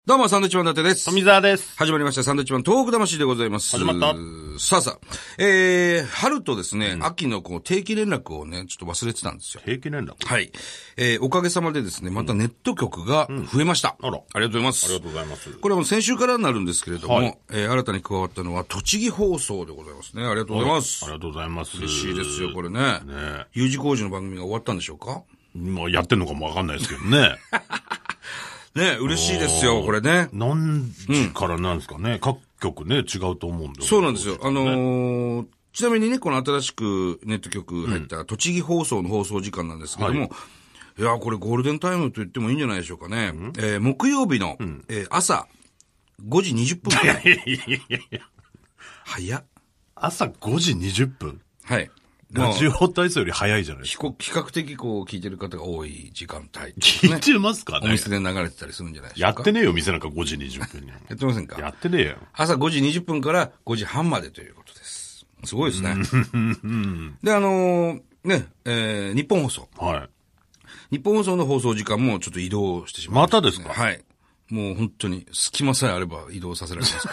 どうも、サンドウィッチマン伊達です。 富澤です。 始まりました、サンドウィッチマン東北魂でございます。 始まった。 さあ、春とですね、秋の定期連絡をね、ちょっと忘れてたんですよ。 定期連絡？ はい。おかげさまでですね、またネット局が増えました。 あら。 ありがとうございます。 ありがとうございます。 これはもう先週からになるんですけれども、新たに加わったのは、栃木放送でございますね。ありがとうございます。 ありがとうございます。 嬉しいですよ、これね。U 字工事の番組が終わったんでしょうか？ まあ、やってんのかもわかんないですけどね。 ね、嬉しいですよ、これね。 何時からなんですかね。各局ね、違うと思うんで。 そうなんですよ。ちなみにね、この新しくネット局入った栃木放送の放送時間なんですけども、いや、これゴールデンタイムと言ってもいいんじゃないでしょうかね。木曜日の、朝5時20分から。早っ。 朝5時20分？ はい。 ラジオ体操より早いじゃないですか。 比較的聞いてる方が多い時間帯、ね。 聞いてますかね？ お店で流れてたりするんじゃないでしょうか。 やってねえよ、店なんか5時20分に。 やってませんか？ やってねえよ。 朝5時20分から5時半までということです。すごいですね。で、日本放送。 はい。 日本放送の放送時間もちょっと移動してしまいました、ね。 またですか？ はい。もう本当に隙間さえあれば移動させられますから。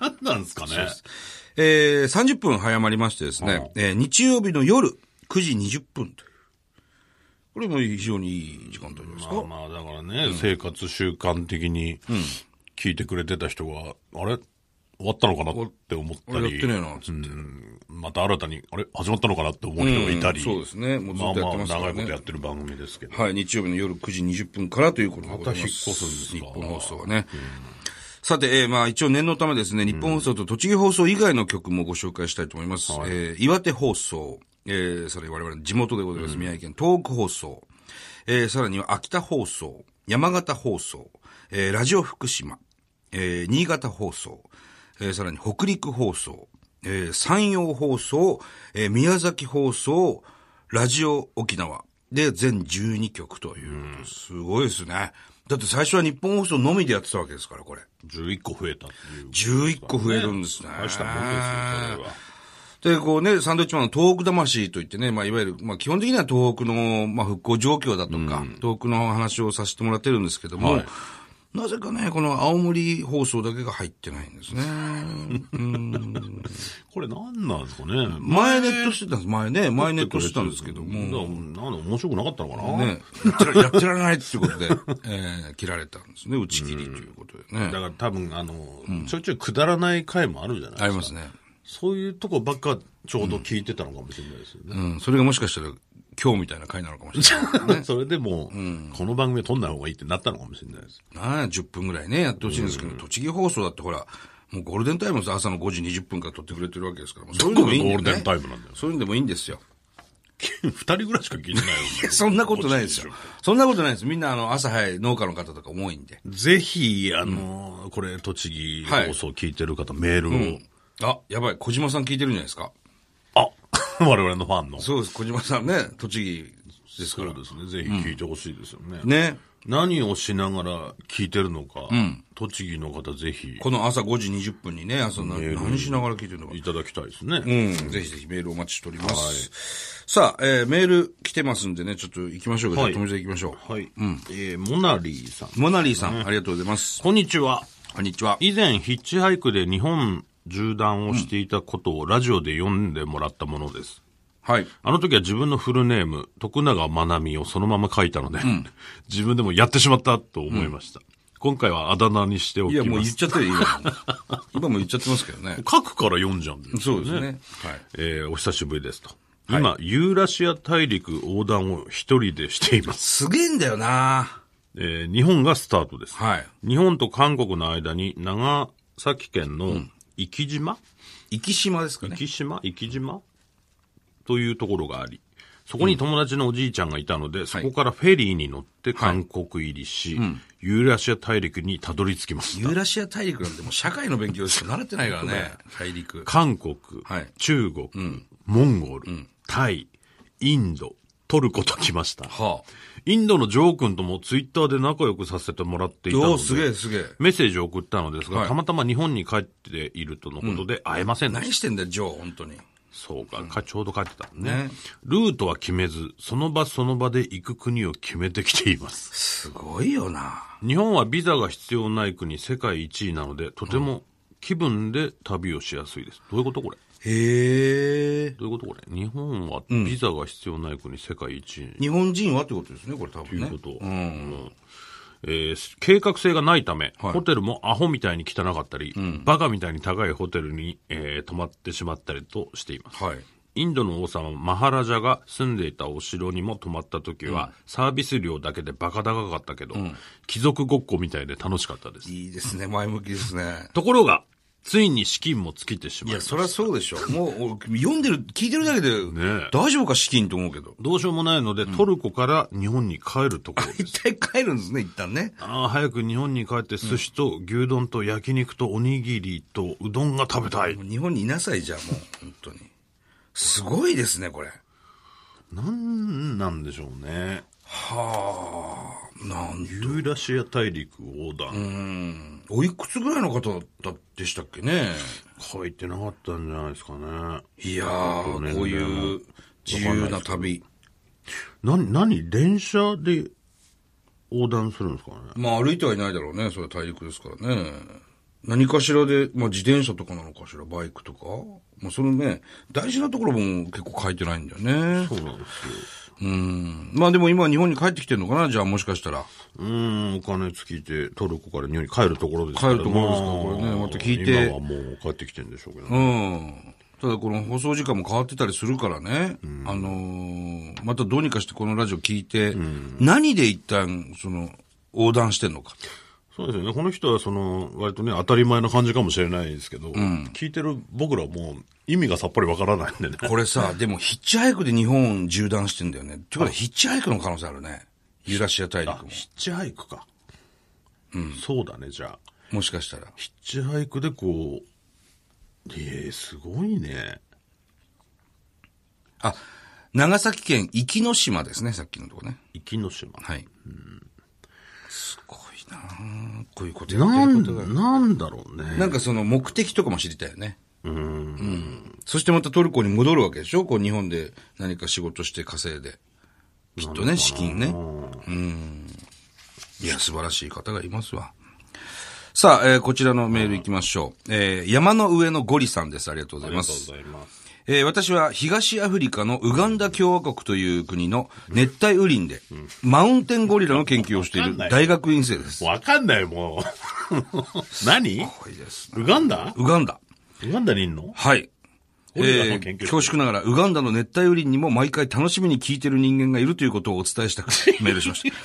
何なんですかね。 30分早まりましてですね、日曜日の夜9時20分という。これも非常にいい時間帯ですか？ まあだからね、生活習慣的に聞いてくれてた人が、あれ終わったのかなって思ったり。 やってねえな、つって。 また新たに、あれ始まったのかなって思う人がいたり。 そうですね。もうずっとやってますからね。 長いことやってる番組ですけど。 はい、日曜日の夜9時20分からということでございます。 また引っ越すんですか？ 日本放送はね。さて、一応念のためですね、日本放送と栃木放送以外の局もご紹介したいと思います。岩手放送、それ我々の地元でございます、宮城県東北放送、さらには秋田放送、山形放送、ラジオ福島、新潟放送、さらに北陸放送、山陽放送、宮崎放送、ラジオ沖縄で全12局という、すごいですね。だって最初は日本放送のみでやってたわけですから、これ。 11個増えたっていう。 11個増えるんですね。 大したもんですよ、 それは。で、サンドウィッチマンの東北魂といってね、いわゆる、基本的には東北の、復興状況だとか、東北の話をさせてもらってるんですけども、なぜかね、この青森放送だけが入ってないんですね。 これ何なんですかね。 前ネットしてたんです。前ネットしてたんですけども。 面白くなかったのかな？ ね。やってられないっていうことで、切られたんですね。打ち切りということでね。 だから多分、ちょいちょいくだらない回もあるじゃないですか。 ありますね。 そういうとこばっかちょうど聞いてたのかもしれないですよね。 それがもしかしたら、今日みたいな回なのかもしれない、ね。 それでも、この番組を撮んない方がいいってなったのかもしれないです。 10分ぐらいね、やってほしいんですけど、栃木放送だってほら、もうゴールデンタイム朝の5時20分から撮ってくれてるわけですから。 そういうのもいいんだよね。ゴールデンタイムなんだよ。 そういうのでもいいんですよ。 2人ぐらいしか聞いてないよ。 そんなことないですよ。そんなことないです。みんな朝早い農家の方とか多いんで。 ぜひ、これ、栃木放送聞いてる方、メールを。 あ、やばい。小島さん聞いてるんじゃないですか？ あ、我々のファンの。 そうです。小島さんね、栃木ですから。 そうですね。ぜひ聞いてほしいですよね。 ね。何をしながら聞いてるのか、栃木の方ぜひ。 この朝5時20分にね、何しながら聞いてるのか。 いただきたいですね。 ぜひぜひメールお待ちしております。さあ、メール来てますんでね、ちょっと行きましょうか。富澤行きましょう。 はい。モナリーさん。 モナリーさん、ありがとうございます。 こんにちは。 こんにちは。 以前、ヒッチハイクで日本縦断をしていたことをラジオで読んでもらったものです。 はい。 あの時は自分のフルネーム、徳永まなみをそのまま書いたので、自分でもやってしまったと思いました。今回はあだ名にしておきます。 いや、もう言っちゃってるよ、今も言っちゃってますけどね。 書くから読んじゃうんですね。 そうですね。 はい。お久しぶりですと。今、ユーラシア大陸横断を一人でしています。 すげえんだよな。 日本がスタートです。 はい。 日本と韓国の間に長崎県の壱岐島？ 壱岐島ですかね。 壱岐島というところがあり、そこに友達のおじいちゃんがいたので、そこからフェリーに乗って韓国入りし、ユーラシア大陸にたどり着きました。 ユーラシア大陸なんてもう社会の勉強しか習ってないからね、大陸。 韓国、中国、モンゴル、タイ、インド、トルコと来ました。インドのジョー君ともツイッターで仲良くさせてもらっていたので、 すげえすげえ。 メッセージを送ったのですが、たまたま日本に帰っているとのことで会えませんでした。 何してんだよ、ジョー、本当に。 そうか、ちょうど書いてたね。ルートは決めず、その場その場で行く国を決めてきています。 すごいよな。 日本はビザが必要ない国世界一位なので、とても気分で旅をしやすいです。どういうことこれ？ へえ。 どういうことこれ？日本はビザが必要ない国世界一位。 日本人はってことですね、これ多分ね。 ということ。計画性がないため、ホテルもアホみたいに汚かったり、バカみたいに高いホテルに、泊まってしまったりとしています。 はい。 インドの王様マハラジャが住んでいたお城にも泊まった時は、サービス料だけでバカ高かったけど、貴族ごっこみたいで楽しかったです。 いいですね、前向きですね。 ところが、ついに資金も尽きてしまいました。 いや、そりゃそうでしょ。もう、読んでる、聞いてるだけで、大丈夫か資金と思うけど。 どうしようもないので、トルコから日本に帰るところです。 一回帰るんですね、一旦ね。 早く日本に帰って寿司と牛丼と焼肉とおにぎりとうどんが食べたい。 日本にいなさい、じゃあもう、本当に。すごいですね、これ。 なんでしょうね。 はあ、 ユーラシア大陸横断。 おいくつぐらいの方でしたっけね。 書いてなかったんじゃないですかね。 いやー、こういう自由な旅。 電車で横断するんですかね。 まあ歩いてはいないだろうね。それは大陸ですからね。何かしらで、まあ自転車とかなのかしら、バイクとか。まあそのね、大事なところも結構書いてないんだよね。 そうなんですよ。 まあでも今日本に帰ってきてるのかな、じゃあもしかしたら。 お金尽きてトルコから日本に帰るところですから。 帰るところですから、これね、また聞いて。 今はもう帰ってきてるんでしょうけどね。 ただこの放送時間も変わってたりするからね。またどうにかしてこのラジオ聞いて、何で一旦、横断してんのか。 そうですよね。この人は割とね、当たり前の感じかもしれないですけど、聞いてる僕らも意味がさっぱりわからないんでね。 これさ、でもヒッチハイクで日本縦断してんだよね。ってことはヒッチハイクの可能性あるね。ユーラシア大陸も。 ヒッチハイクか。そうだね、じゃあ。 もしかしたら。 ヒッチハイクでこう、すごいね。 長崎県壱岐島ですね、さっきのとこね。 壱岐島。 はい。すごいなぁ。こういうことなんだろうね。 なんか目的とかも知りたいよね。そしてまたトルコに戻るわけでしょ、こう日本で何か仕事して稼いで。きっとね、資金ね。いや、素晴らしい方がいますわ。さあ、こちらのメール行きましょう。山の上のゴリさんです。ありがとうございます。 ありがとうございます。 私は東アフリカのウガンダ共和国という国の熱帯雨林で、マウンテンゴリラの研究をしている大学院生です。 わかんない、もう。何？ すごいですね。 ウガンダにいんの？ はい。恐縮ながら、ウガンダの熱帯雨林にも毎回楽しみに聞いてる人間がいるということをお伝えしたくてメールしました。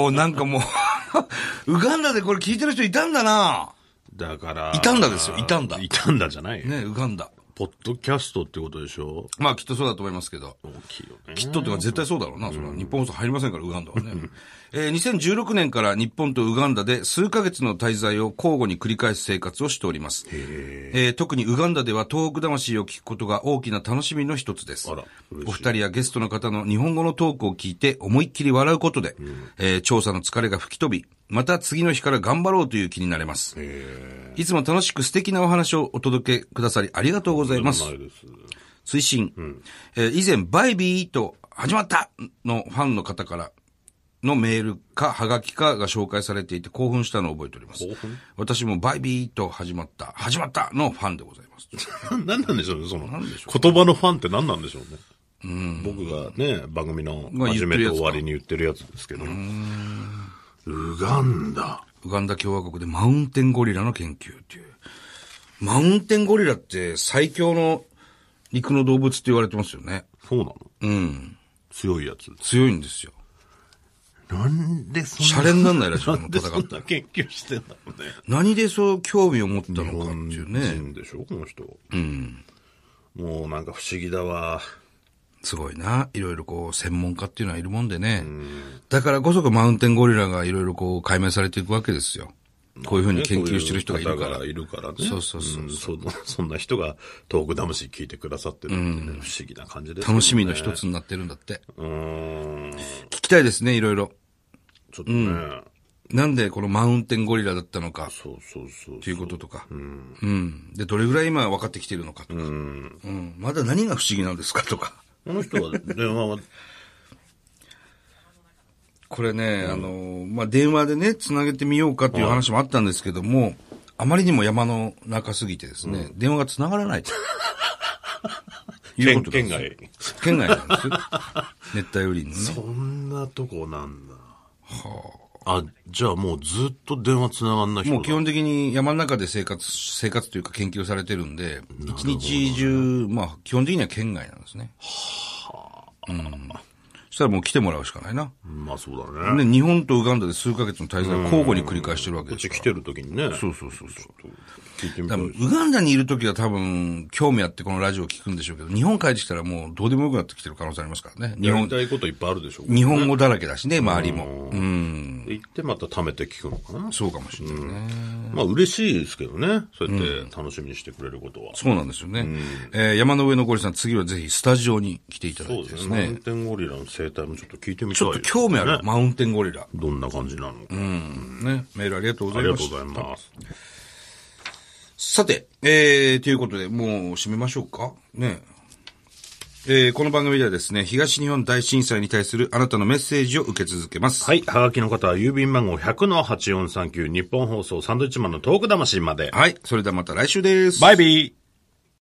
なんかもう、ウガンダでこれ聞いてる人いたんだな。 だから。 いたんだですよ、いたんだ。 いたんだじゃないよ。 ね、ウガンダ。 ポッドキャストってことでしょ？ まあきっとそうだと思いますけど。 大きいよね。 きっとっていうか絶対そうだろうな。その日本放送入りませんから、ウガンダはね。2016年から日本とウガンダで数ヶ月の滞在を交互に繰り返す生活をしております。特にウガンダでは東北魂を聞くことが大きな楽しみの一つです。お二人やゲストの方の日本語のトークを聞いて思いっきり笑うことで、調査の疲れが吹き飛び、また次の日から頑張ろうという気になれます。いつも楽しく素敵なお話をお届けくださりありがとうございます。推進、以前バイビーと始まったのファンの方からのメールかハガキかが紹介されていて興奮したのを覚えております。私もバイビーと始まったのファンでございます。 何なんでしょうね、言葉のファンって何なんでしょうね。僕がね、番組の始めと終わりに言ってるやつですけど。ウガンダ共和国でマウンテンゴリラの研究っていう。マウンテンゴリラって最強の陸の動物って言われてますよね。 そうなの？強いやつ。 強いんですよ。 なんでそんな。 シャレになんないらしい。 なんでそんな研究してんだろうね。 何でそう興味を持ったのかっていうね。 日本人でしょ、この人。もうなんか不思議だわ。 すごいな。いろいろ専門家っていうのはいるもんでね。だからこそマウンテンゴリラがいろいろ解明されていくわけですよ。こういうふうに研究してる人がいるから。 ね。 そう。 そんな人がトーク魂聞いてくださってるってね、不思議な感じですね。 楽しみの一つになってるんだって。聞きたいですね、いろいろ。 ちょっとね。 なんでこのマウンテンゴリラだったのか。 そうそうそう。 ということとか。うん。で、どれぐらい今分かってきてるのかとか。うん。まだ何が不思議なんですかとか。 この人は電話は、 これね、電話でね、つなげてみようかという話もあったんですけども、あまりにも山の中すぎてですね、電話がつながらないと。 いうことです。県外。 県外なんですよ。熱帯雨林のね。 そんなとこなんだ。じゃあもうずっと電話つながんない人だ。 もう基本的に山の中で生活というか研究されてるんで、一日中、基本的には県外なんですね。そしたらもう来てもらうしかないな。 まあそうだね。 で、日本とウガンダで数ヶ月の滞在を交互に繰り返してるわけですから。 こっち来てる時にね。 そう。聞いてみたい。ウガンダにいる時は多分、興味あってこのラジオを聞くんでしょうけど、日本帰ってきたらもうどうでもよくなってきてる可能性ありますからね。 やりたいこといっぱいあるでしょう、 ね。日本語だらけだしね、周りも。 行ってまた貯めて聞くのかな。 そうかもしれないね。 嬉しいですけどね。そうやって楽しみにしてくれることは。 そうなんですよね。山の上のゴリさん、次はぜひスタジオに来ていただいてですね。 マウンテンゴリラの生態もちょっと聞いてみたい。 ちょっと興味ある、マウンテンゴリラ。 どんな感じなのか。 ね。メールありがとうございます。 ありがとうございます。 さて、ということで、もう締めましょうか。ね。この番組ではですね、東日本大震災に対するあなたのメッセージを受け続けます。 はい。はがきの方は郵便番号 100-8439 日本放送サンドイッチマンのトーク魂まで。 はい。それではまた来週です。 バイビー。